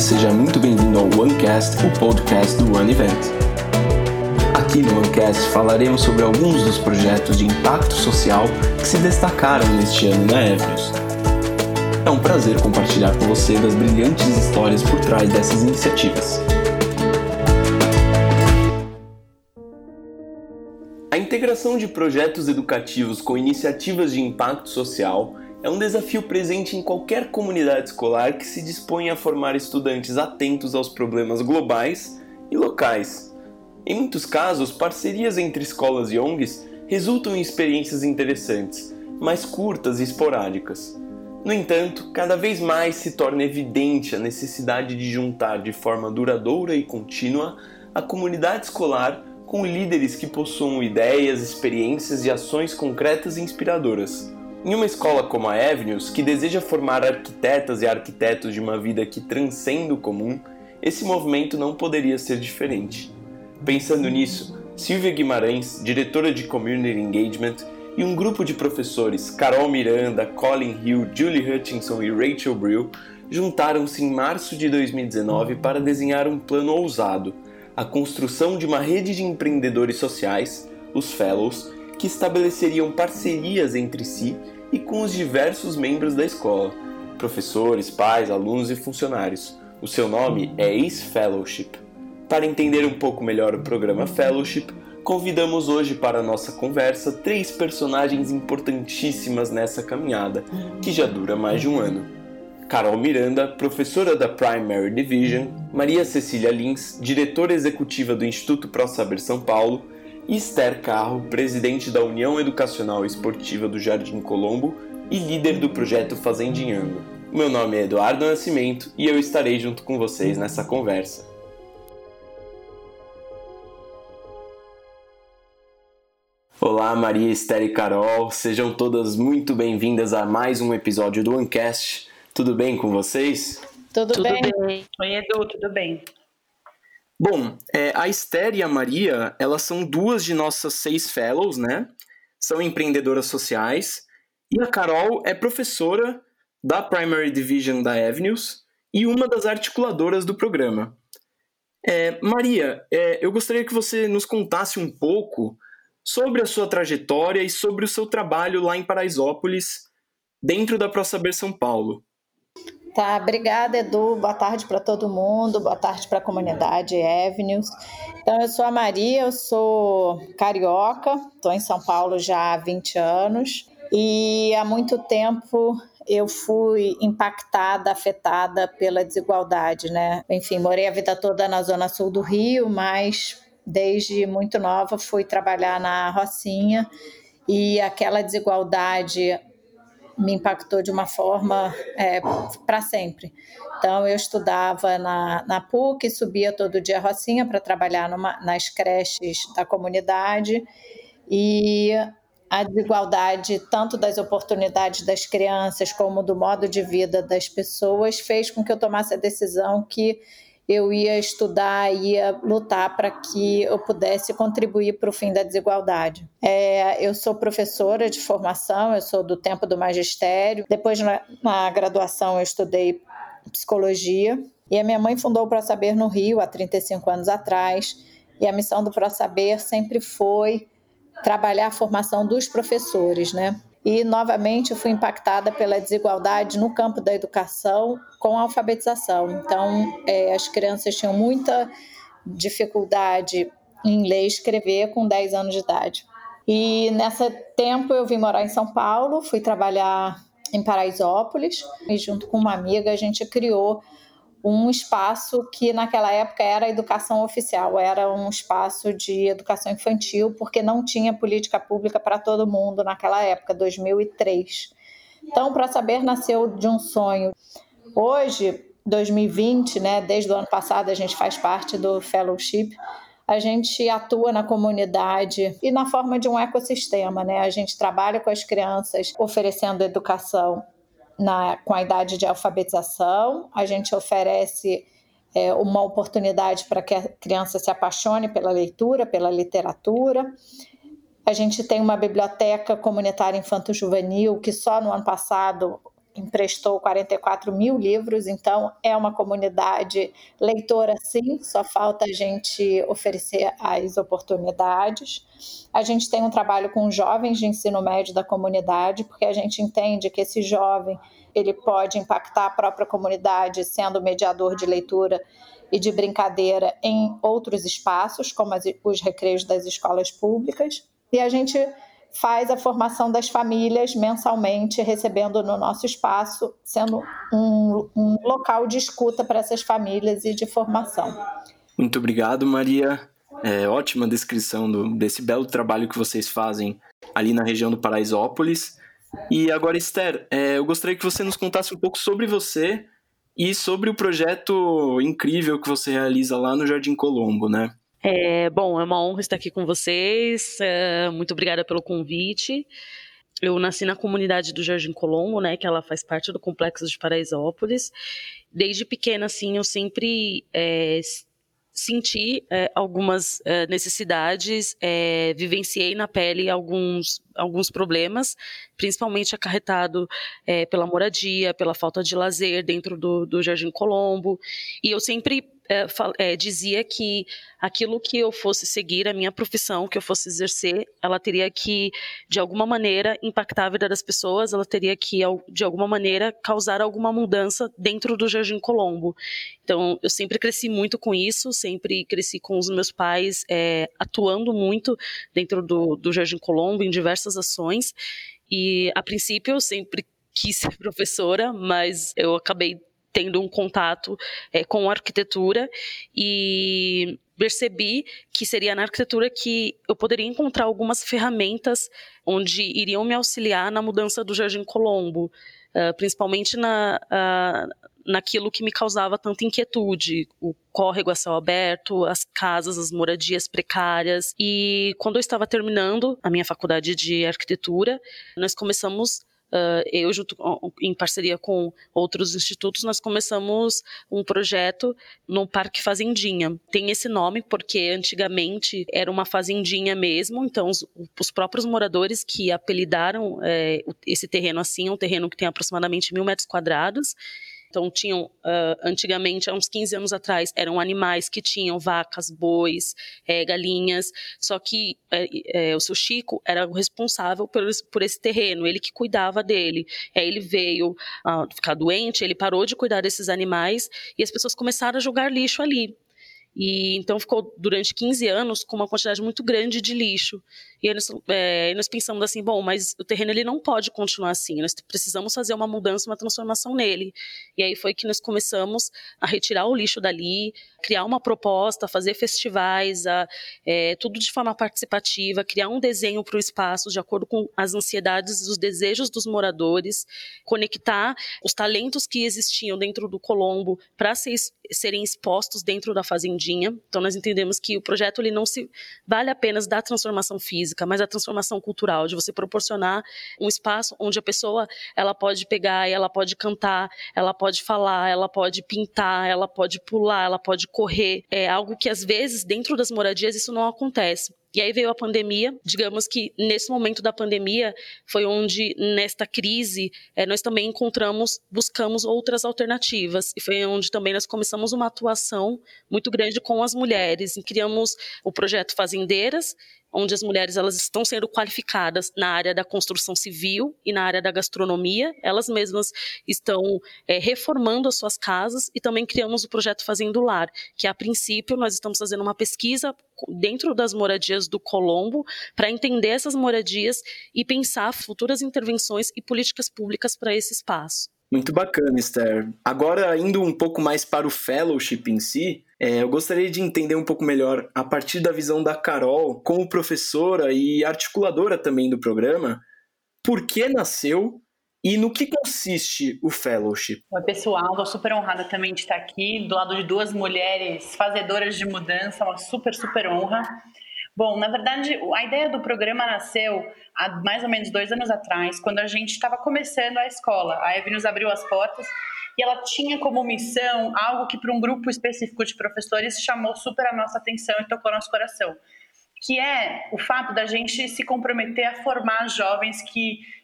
seja muito bem-vindo ao OneCast, o podcast do One Event. Aqui no OneCast falaremos sobre alguns dos projetos de impacto social que se destacaram neste ano na Avenues. É um prazer compartilhar com você das brilhantes histórias por trás dessas iniciativas. A integração de projetos educativos com iniciativas de impacto social é um desafio presente em qualquer comunidade escolar que se dispõe a formar estudantes atentos aos problemas globais e locais. Em muitos casos, parcerias entre escolas e ONGs resultam em experiências interessantes, mas curtas e esporádicas. No entanto, cada vez mais se torna evidente a necessidade de juntar de forma duradoura e contínua a comunidade escolar com líderes que possuam ideias, experiências e ações concretas e inspiradoras. Em uma escola como a Avenues, que deseja formar arquitetas e arquitetos de uma vida que transcende o comum, esse movimento não poderia ser diferente. Pensando nisso, Silvia Guimarães, diretora de Community Engagement, e um grupo de professores, Carol Miranda, Colin Hill, Julie Hutchinson e Rachel Brill, juntaram-se em março de 2019 para desenhar um plano ousado, a construção de uma rede de empreendedores sociais, os Fellows, que estabeleceriam parcerias entre si e com os diversos membros da escola, professores, pais, alunos e funcionários. O seu nome é ACE Fellowship. Para entender um pouco melhor o programa Fellowship, convidamos hoje para a nossa conversa 3 personagens importantíssimas nessa caminhada, que já dura mais de um ano. Carol Miranda, professora da Primary Division, Maria Cecília Lins, diretora executiva do Instituto ProSaber São Paulo, e Esther Carro, presidente da União Educacional e Esportiva do Jardim Colombo e líder do projeto Fazendinhando. Meu nome é Eduardo Nascimento e eu estarei junto com vocês nessa conversa. Olá, Maria, Esther e Carol, sejam todas muito bem-vindas a mais um episódio do OneCast. Tudo bem com vocês? Tudo bem. Oi, Edu, tudo bem. Bom, a Esther e a Maria, elas são 2 de nossas 6 fellows, né? São empreendedoras sociais. E a Carol é professora da Primary Division da Avenues e uma das articuladoras do programa. Maria, eu gostaria que você nos contasse um pouco sobre a sua trajetória e sobre o seu trabalho lá em Paraisópolis, dentro da ProSaber São Paulo. Tá, obrigada, Edu. Boa tarde para todo mundo, boa tarde para a comunidade Avenues. Então, eu sou a Maria, eu sou carioca, estou em São Paulo já há 20 anos e há muito tempo eu fui impactada, afetada pela desigualdade, né? Enfim, morei a vida toda na zona sul do Rio, mas desde muito nova fui trabalhar na Rocinha e aquela desigualdade me impactou de uma forma para sempre. Então, eu estudava na PUC, subia todo dia a Rocinha para trabalhar nas creches da comunidade e a desigualdade, tanto das oportunidades das crianças como do modo de vida das pessoas, fez com que eu tomasse a decisão que eu ia estudar, ia lutar para que eu pudesse contribuir para o fim da desigualdade. Eu sou professora de formação, eu sou do tempo do magistério. Depois, na graduação, eu estudei psicologia. E a minha mãe fundou o ProSaber no Rio, há 35 anos atrás. E a missão do ProSaber sempre foi trabalhar a formação dos professores, né? E, novamente, eu fui impactada pela desigualdade no campo da educação com a alfabetização. Então, as crianças tinham muita dificuldade em ler e escrever com 10 anos de idade. E, nesse tempo, eu vim morar em São Paulo, fui trabalhar em Paraisópolis e, junto com uma amiga, a gente criou um espaço que naquela época era a educação oficial, era um espaço de educação infantil, porque não tinha política pública para todo mundo naquela época, 2003. Então, o ProSaber nasceu de um sonho. Hoje, 2020, né, desde o ano passado, a gente faz parte do Fellowship, a gente atua na comunidade e na forma de um ecossistema, né? A gente trabalha com as crianças oferecendo educação com a idade de alfabetização, a gente oferece uma oportunidade para que a criança se apaixone pela leitura, pela literatura. A gente tem uma biblioteca comunitária infanto-juvenil que só no ano passado emprestou 44 mil livros, então é uma comunidade leitora sim, só falta a gente oferecer as oportunidades. A gente tem um trabalho com jovens de ensino médio da comunidade, porque a gente entende que esse jovem ele pode impactar a própria comunidade sendo mediador de leitura e de brincadeira em outros espaços, como os recreios das escolas públicas. E a gente faz a formação das famílias mensalmente, recebendo no nosso espaço, sendo um local de escuta para essas famílias e de formação. Muito obrigado, Maria. Ótima descrição desse belo trabalho que vocês fazem ali na região do Paraisópolis. E agora, Esther, eu gostaria que você nos contasse um pouco sobre você e sobre o projeto incrível que você realiza lá no Jardim Colombo, né? Bom, é uma honra estar aqui com vocês, muito obrigada pelo convite. Eu nasci na comunidade do Jardim Colombo, né, que ela faz parte do Complexo de Paraisópolis. Desde pequena, assim, eu sempre senti algumas necessidades, vivenciei na pele alguns problemas, principalmente acarretado pela moradia, pela falta de lazer dentro do Jardim Colombo, e eu sempre dizia que aquilo que eu fosse seguir, a minha profissão que eu fosse exercer, ela teria que, de alguma maneira, impactar a vida das pessoas, ela teria que, de alguma maneira, causar alguma mudança dentro do Jardim Colombo. Então, eu sempre cresci muito com isso, sempre cresci com os meus pais atuando muito dentro do Jardim Colombo, em diversas ações, e, a princípio, eu sempre quis ser professora, mas eu acabei tendo um contato com a arquitetura e percebi que seria na arquitetura que eu poderia encontrar algumas ferramentas onde iriam me auxiliar na mudança do Jardim Colombo, principalmente naquilo que me causava tanta inquietude, o córrego a céu aberto, as casas, as moradias precárias. E quando eu estava terminando a minha faculdade de arquitetura, nós começamos, eu junto em parceria com outros institutos, nós começamos um projeto no Parque Fazendinha. Tem esse nome porque antigamente era uma fazendinha mesmo, então os próprios moradores que apelidaram esse terreno assim, um terreno que tem aproximadamente 1.000 metros quadrados. Então, tinham, antigamente, há uns 15 anos atrás, eram animais que tinham vacas, bois, galinhas, só que o seu Chico era o responsável por esse terreno, ele que cuidava dele. Ele veio ficar doente, ele parou de cuidar desses animais e as pessoas começaram a jogar lixo ali. E então ficou durante 15 anos com uma quantidade muito grande de lixo. E aí nós pensamos assim, bom, mas o terreno ele não pode continuar assim, nós precisamos fazer uma mudança, uma transformação nele. E aí foi que nós começamos a retirar o lixo dali, criar uma proposta, fazer festivais, tudo de forma participativa, criar um desenho para o espaço de acordo com as ansiedades e os desejos dos moradores, conectar os talentos que existiam dentro do Colombo para serem expostos dentro da fazendinha. Então nós entendemos que o projeto ele não se vale apenas da transformação física, mas a transformação cultural, de você proporcionar um espaço onde a pessoa ela pode pegar e ela pode cantar, ela pode falar, ela pode pintar, ela pode pular, ela pode correr. É algo que às vezes dentro das moradias isso não acontece. E aí veio a pandemia, digamos que nesse momento da pandemia foi onde, nesta crise, nós também buscamos outras alternativas. E foi onde também nós começamos uma atuação muito grande com as mulheres. E criamos o projeto Fazendeiras, onde as mulheres elas estão sendo qualificadas na área da construção civil e na área da gastronomia. Elas mesmas estão reformando as suas casas e também criamos o projeto Fazendo Lar, que a princípio nós estamos fazendo uma pesquisa dentro das moradias do Colombo para entender essas moradias e pensar futuras intervenções e políticas públicas para esse espaço. Muito bacana, Esther. Agora, indo um pouco mais para o fellowship em si, eu gostaria de entender um pouco melhor, a partir da visão da Carol, como professora e articuladora também do programa, por que nasceu e no que consiste o fellowship? Oi, pessoal, estou super honrada também de estar aqui, do lado de duas mulheres fazedoras de mudança, uma super, super honra. Bom, na verdade, a ideia do programa nasceu há mais ou menos 2 anos atrás, quando a gente estava começando a escola. A Avenues abriu as portas e ela tinha como missão algo que para um grupo específico de professores chamou super a nossa atenção e tocou nosso coração, que é o fato da gente se comprometer a formar jovens que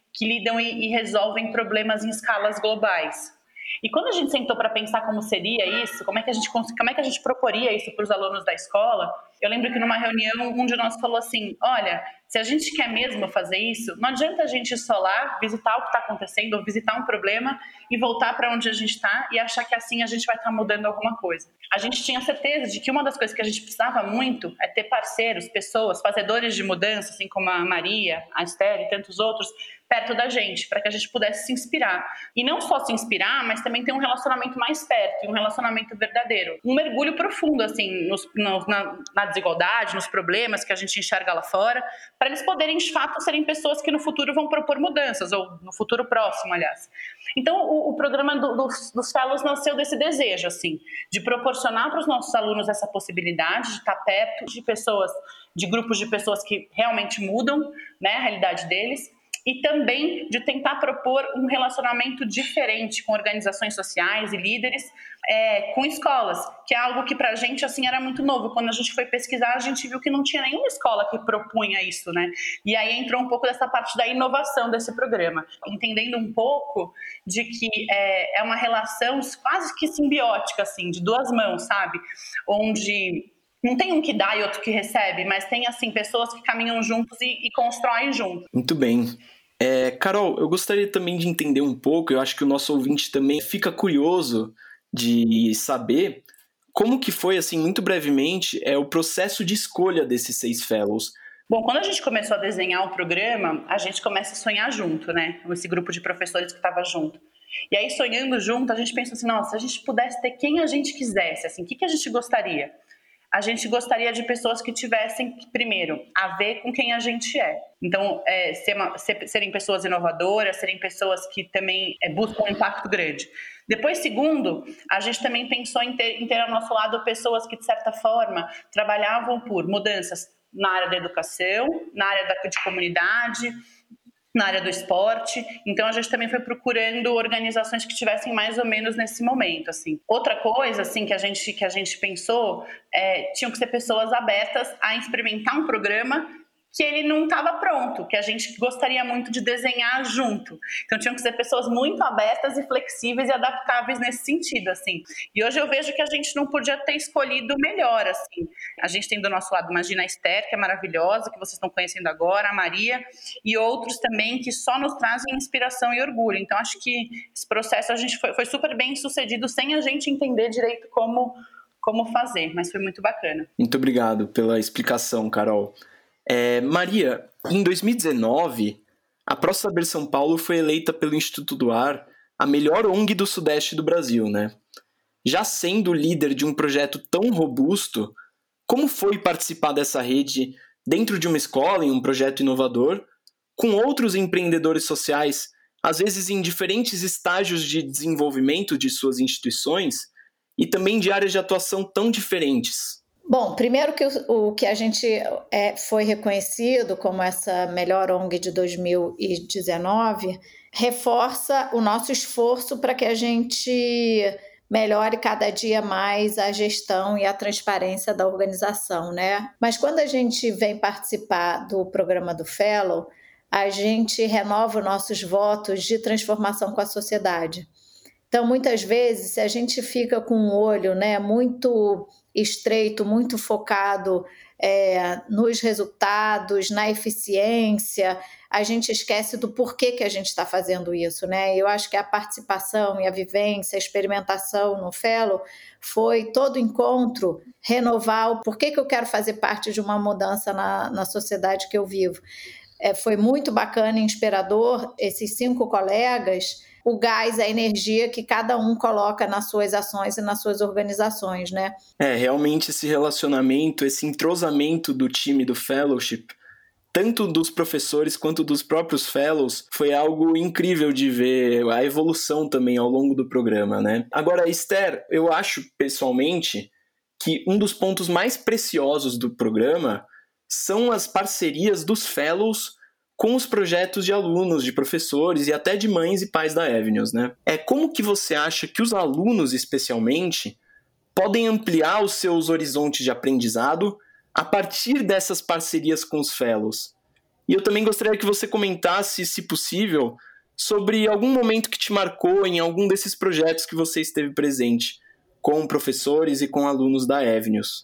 que lidam e resolvem problemas em escalas globais. E quando a gente sentou para pensar como seria isso, como é que a gente proporia isso para os alunos da escola, eu lembro que numa reunião um de nós falou assim, olha, se a gente quer mesmo fazer isso, não adianta a gente ir só lá, visitar o que está acontecendo, ou visitar um problema e voltar para onde a gente está e achar que assim a gente vai estar mudando alguma coisa. A gente tinha certeza de que uma das coisas que a gente precisava muito é ter parceiros, pessoas, fazedores de mudança, assim como a Maria, a Esther e tantos outros, perto da gente, para que a gente pudesse se inspirar. E não só se inspirar, mas também ter um relacionamento mais perto, um relacionamento verdadeiro. Um mergulho profundo, assim, na desigualdade, nos problemas que a gente enxerga lá fora, para eles poderem, de fato, serem pessoas que no futuro vão propor mudanças, ou no futuro próximo, aliás. Então, o programa dos Fellows nasceu desse desejo, assim, de proporcionar para os nossos alunos essa possibilidade de estar perto de pessoas, de grupos de pessoas que realmente mudam, né, a realidade deles, e também de tentar propor um relacionamento diferente com organizações sociais e líderes, com escolas, que é algo que para a gente assim, era muito novo. Quando a gente foi pesquisar, a gente viu que não tinha nenhuma escola que propunha isso, né? E aí entrou um pouco dessa parte da inovação desse programa, entendendo um pouco de que é uma relação quase que simbiótica, assim, de duas mãos, sabe? Onde não tem um que dá e outro que recebe, mas tem assim pessoas que caminham juntos e constroem juntos. Muito bem. Carol, eu gostaria também de entender um pouco, eu acho que o nosso ouvinte também fica curioso de saber como que foi, assim, muito brevemente, o processo de escolha desses 6 fellows. Bom, quando a gente começou a desenhar o programa, a gente começa a sonhar junto, né? Esse grupo de professores que estava junto. E aí, sonhando junto, a gente pensou assim, nossa, se a gente pudesse ter quem a gente quisesse, assim, o que a gente gostaria? A gente gostaria de pessoas que tivessem, primeiro, a ver com quem a gente é. Então, serem pessoas inovadoras, serem pessoas que também buscam um impacto grande. Depois, segundo, a gente também pensou em ter ao nosso lado pessoas que, de certa forma, trabalhavam por mudanças na área da educação, na área de comunidade, na área do esporte. Então a gente também foi procurando organizações que tivessem mais ou menos nesse momento, assim. Outra coisa, assim, que a gente pensou, tinham que ser pessoas abertas a experimentar um programa que ele não estava pronto, que a gente gostaria muito de desenhar junto. Então tinham que ser pessoas muito abertas e flexíveis e adaptáveis nesse sentido, assim. E hoje eu vejo que a gente não podia ter escolhido melhor, assim. A gente tem do nosso lado, imagina a Esther, que é maravilhosa, que vocês estão conhecendo agora, a Maria, e outros também que só nos trazem inspiração e orgulho. Então acho que esse processo a gente foi super bem sucedido sem a gente entender direito como fazer, mas foi muito bacana. Muito obrigado pela explicação, Carol. Maria, em 2019, a ProSaber São Paulo foi eleita pelo Instituto do Ar a melhor ONG do Sudeste do Brasil, né? Já sendo líder de um projeto tão robusto, como foi participar dessa rede dentro de uma escola, em um projeto inovador, com outros empreendedores sociais, às vezes em diferentes estágios de desenvolvimento de suas instituições e também de áreas de atuação tão diferentes? Bom, primeiro que o que a gente foi reconhecido como essa melhor ONG de 2019 reforça o nosso esforço para que a gente melhore cada dia mais a gestão e a transparência da organização, né? Mas quando a gente vem participar do programa do Fellow, a gente renova os nossos votos de transformação com a sociedade. Então, muitas vezes, se a gente fica com um olho, né, muito estreito, muito focado nos resultados, na eficiência, a gente esquece do porquê que a gente está fazendo isso, né? Eu acho que a participação e a vivência, a experimentação no Fellow foi todo encontro renovar o porquê que eu quero fazer parte de uma mudança na sociedade que eu vivo. Foi muito bacana e inspirador esses 5 colegas, o gás, a energia que cada um coloca nas suas ações e nas suas organizações, né? Realmente esse relacionamento, esse entrosamento do time do Fellowship, tanto dos professores quanto dos próprios Fellows, foi algo incrível de ver, a evolução também ao longo do programa, né? Agora, Esther, eu acho pessoalmente que um dos pontos mais preciosos do programa são as parcerias dos Fellows com os projetos de alunos, de professores e até de mães e pais da Avenues, né? Como que você acha que os alunos, especialmente, podem ampliar os seus horizontes de aprendizado a partir dessas parcerias com os Fellows? E eu também gostaria que você comentasse, se possível, sobre algum momento que te marcou em algum desses projetos que você esteve presente, com professores e com alunos da Avenues.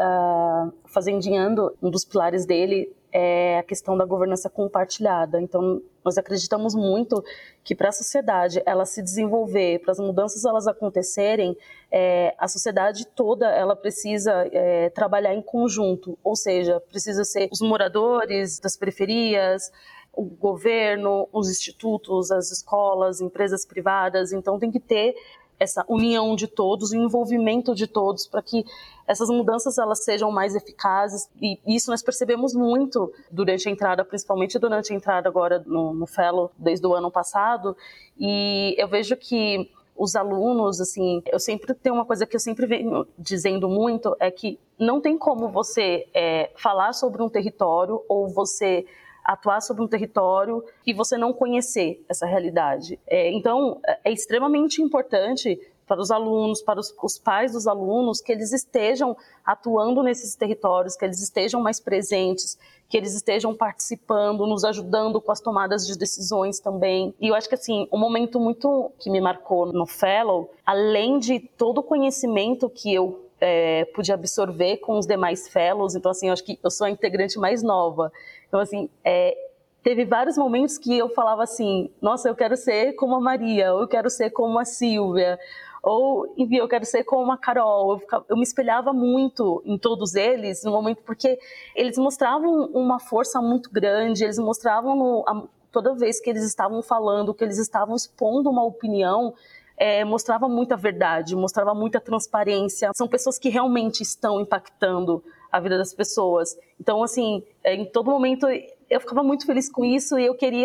Fazendinhando, um dos pilares dele é a questão da governança compartilhada. Então, nós acreditamos muito que para a sociedade ela se desenvolver, para as mudanças elas acontecerem, a sociedade toda ela precisa trabalhar em conjunto, ou seja, precisa ser os moradores das periferias, o governo, os institutos, as escolas, empresas privadas. Então, tem que ter essa união de todos, o envolvimento de todos, para que essas mudanças elas sejam mais eficazes. E isso nós percebemos muito durante a entrada, principalmente durante a entrada agora no Fellow, desde o ano passado. E eu vejo que os alunos, assim, eu sempre tenho uma coisa que eu sempre venho dizendo muito, é que não tem como você falar sobre um território ou você atuar sobre um território e você não conhecer essa realidade. Então, é extremamente importante para os alunos, para os pais dos alunos, que eles estejam atuando nesses territórios, que eles estejam mais presentes, que eles estejam participando, nos ajudando com as tomadas de decisões também. E eu acho que, assim, um momento muito que me marcou no Fellow, além de todo o conhecimento que eu pude absorver com os demais fellows, então assim, eu acho que eu sou a integrante mais nova, então assim, teve vários momentos que eu falava assim, nossa, eu quero ser como a Maria, ou eu quero ser como a Silvia, ou enfim, eu quero ser como a Carol. Eu me espelhava muito em todos eles, no momento, porque eles mostravam uma força muito grande, eles mostravam toda vez que eles estavam falando, que eles estavam expondo uma opinião, mostrava muita verdade, mostrava muita transparência. São pessoas que realmente estão impactando a vida das pessoas. Então, assim, em todo momento eu ficava muito feliz com isso e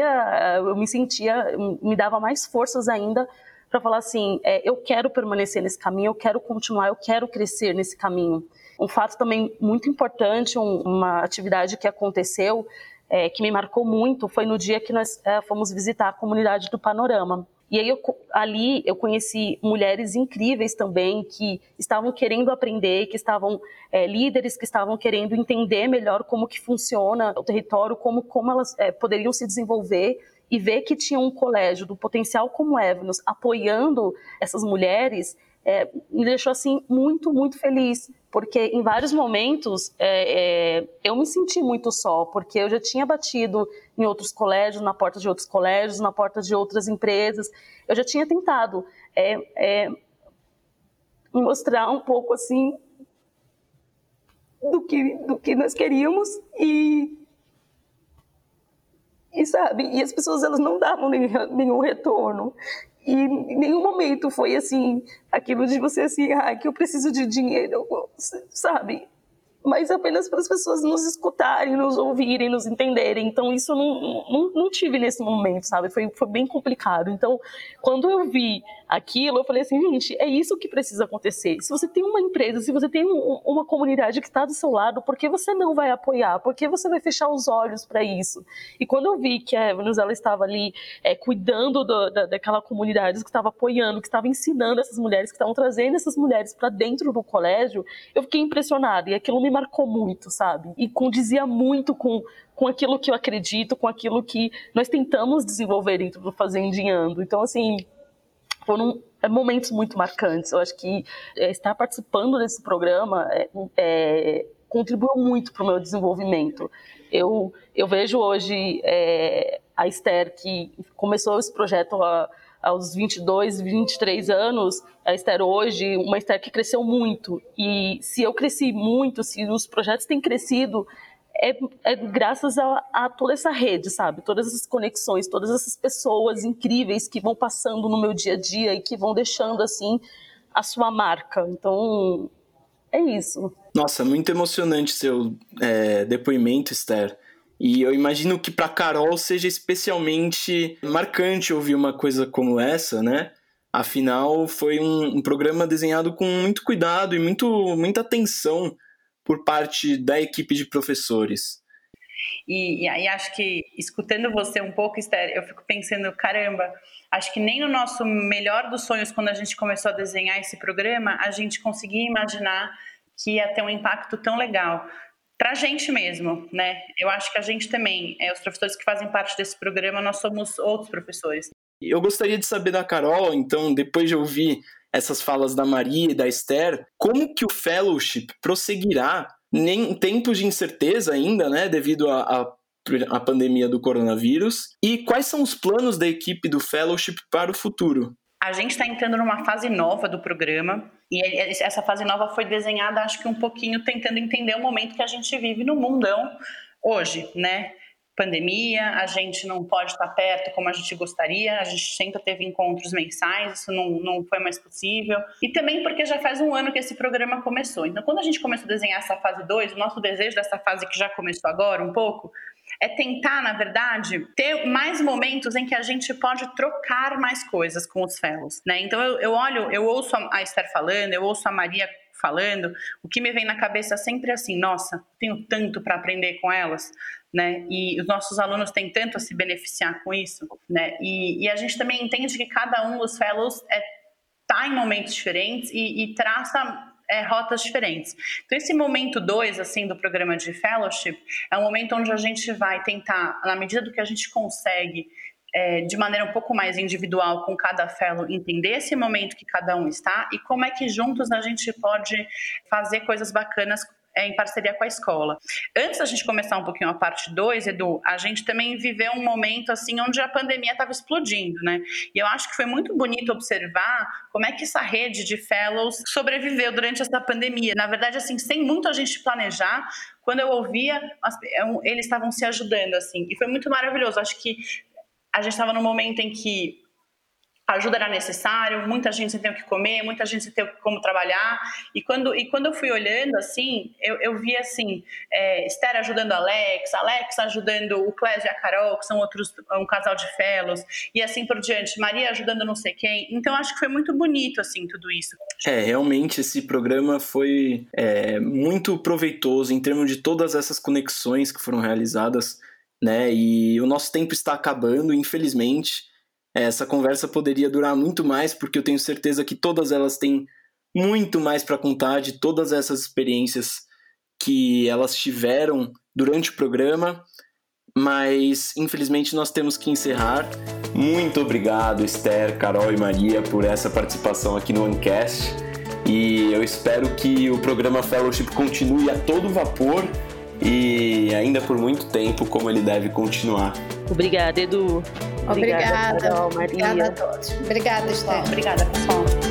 eu me sentia, me dava mais forças ainda para falar assim, eu quero permanecer nesse caminho, eu quero continuar, eu quero crescer nesse caminho. Um fato também muito importante, uma atividade que aconteceu, que me marcou muito, foi no dia que nós fomos visitar a comunidade do Panorama. E aí ali eu conheci mulheres incríveis também que estavam querendo aprender, que estavam líderes, que estavam querendo entender melhor como que funciona o território, como elas poderiam se desenvolver, e ver que tinha um colégio do potencial como Avenues apoiando essas mulheres me deixou assim muito, muito feliz, porque em vários momentos eu me senti muito só, porque eu já tinha batido em outros colégios, na porta de outros colégios, na porta de outras empresas, eu já tinha tentado mostrar um pouco assim do que nós queríamos e sabe, e as pessoas elas não davam nenhum retorno. E em nenhum momento foi assim, aquilo de você assim, que eu preciso de dinheiro, sabe? Mas apenas para as pessoas nos escutarem, nos ouvirem, nos entenderem. Então isso eu não tive nesse momento, sabe? Foi bem complicado. Então, quando eu vi aquilo, eu falei assim, gente, é isso que precisa acontecer. Se você tem uma empresa, se você tem uma comunidade que está do seu lado, por que você não vai apoiar? Por que você vai fechar os olhos para isso? E quando eu vi que a Avenues, ela estava ali cuidando daquela comunidade, que estava apoiando, que estava ensinando essas mulheres, que estavam trazendo essas mulheres para dentro do colégio, eu fiquei impressionada. E aquilo me marcou muito, sabe? E condizia muito com aquilo que eu acredito, com aquilo que nós tentamos desenvolver dentro do Fazendinhando. Então, assim, foram momentos muito marcantes. Eu acho que estar participando desse programa contribuiu muito para o meu desenvolvimento. Eu vejo hoje a Esther, que começou esse projeto aos 22, 23 anos, a Esther hoje, uma Esther que cresceu muito. E se eu cresci muito, se os projetos têm crescido, é graças a toda essa rede, sabe? Todas essas conexões, todas essas pessoas incríveis que vão passando no meu dia a dia e que vão deixando, assim, a sua marca. Então, é isso. Nossa, muito emocionante seu depoimento, Esther. E eu imagino que para Carol seja especialmente marcante ouvir uma coisa como essa, né? Afinal, foi um programa desenhado com muito cuidado e muita atenção por parte da equipe de professores. E acho que, escutando você um pouco, Esther, eu fico pensando, caramba, acho que nem no nosso melhor dos sonhos, quando a gente começou a desenhar esse programa, a gente conseguia imaginar que ia ter um impacto tão legal. pra gente mesmo, né? Eu acho que a gente também, os professores que fazem parte desse programa, nós somos outros professores. Eu gostaria de saber da Carol, então, depois de ouvir essas falas da Maria e da Esther, como que o Fellowship prosseguirá em tempos de incerteza ainda, né, devido à pandemia do coronavírus, e quais são os planos da equipe do Fellowship para o futuro? A gente está entrando numa fase nova do programa, e essa fase nova foi desenhada, acho que um pouquinho tentando entender o momento que a gente vive no mundão hoje, né? Pandemia, a gente não pode estar perto como a gente gostaria, a gente sempre teve encontros mensais, isso não foi mais possível. E também porque já faz um ano que esse programa começou. Então, quando a gente começou a desenhar essa fase 2, o nosso desejo dessa fase que já começou agora um pouco, é tentar, na verdade, ter mais momentos em que a gente pode trocar mais coisas com os fellows, né? Então, eu ouço a Esther falando, eu ouço a Maria falando, o que me vem na cabeça sempre é assim, nossa, tenho tanto para aprender com elas, né? E os nossos alunos têm tanto a se beneficiar com isso, né? E a gente também entende que cada um dos fellows está em momentos diferentes e traça rotas diferentes. Então, esse momento 2, assim, do programa de fellowship é um momento onde a gente vai tentar, na medida do que a gente consegue, de maneira um pouco mais individual com cada fellow, entender esse momento que cada um está e como é que juntos a gente pode fazer coisas bacanas em parceria com a escola. Antes da gente começar um pouquinho a parte 2, Edu, a gente também viveu um momento assim onde a pandemia estava explodindo, né? E eu acho que foi muito bonito observar como é que essa rede de fellows sobreviveu durante essa pandemia. Na verdade, assim, sem muito a gente planejar, quando eu ouvia, eles estavam se ajudando, assim, e foi muito maravilhoso. Acho que a gente estava num momento em que a ajuda era necessário, muita gente sem ter o que comer, muita gente sem ter como trabalhar, e quando eu fui olhando, assim, eu vi, assim, Esther ajudando a Alex ajudando o Clésio e a Carol, que são um casal de fellows, e assim por diante, Maria ajudando não sei quem, então acho que foi muito bonito, assim, tudo isso. Realmente esse programa foi muito proveitoso em termos de todas essas conexões que foram realizadas, né, e o nosso tempo está acabando, infelizmente. Essa conversa poderia durar muito mais, porque eu tenho certeza que todas elas têm muito mais para contar de todas essas experiências que elas tiveram durante o programa, mas infelizmente nós temos que encerrar. Muito obrigado, Esther, Carol e Maria, por essa participação aqui no Ancast, e eu espero que o programa Fellowship continue a todo vapor e ainda por muito tempo como ele deve continuar. Obrigada, Edu. Obrigada, Carol, Maria. Obrigada a todos. Obrigada, Esther. Obrigada, pessoal.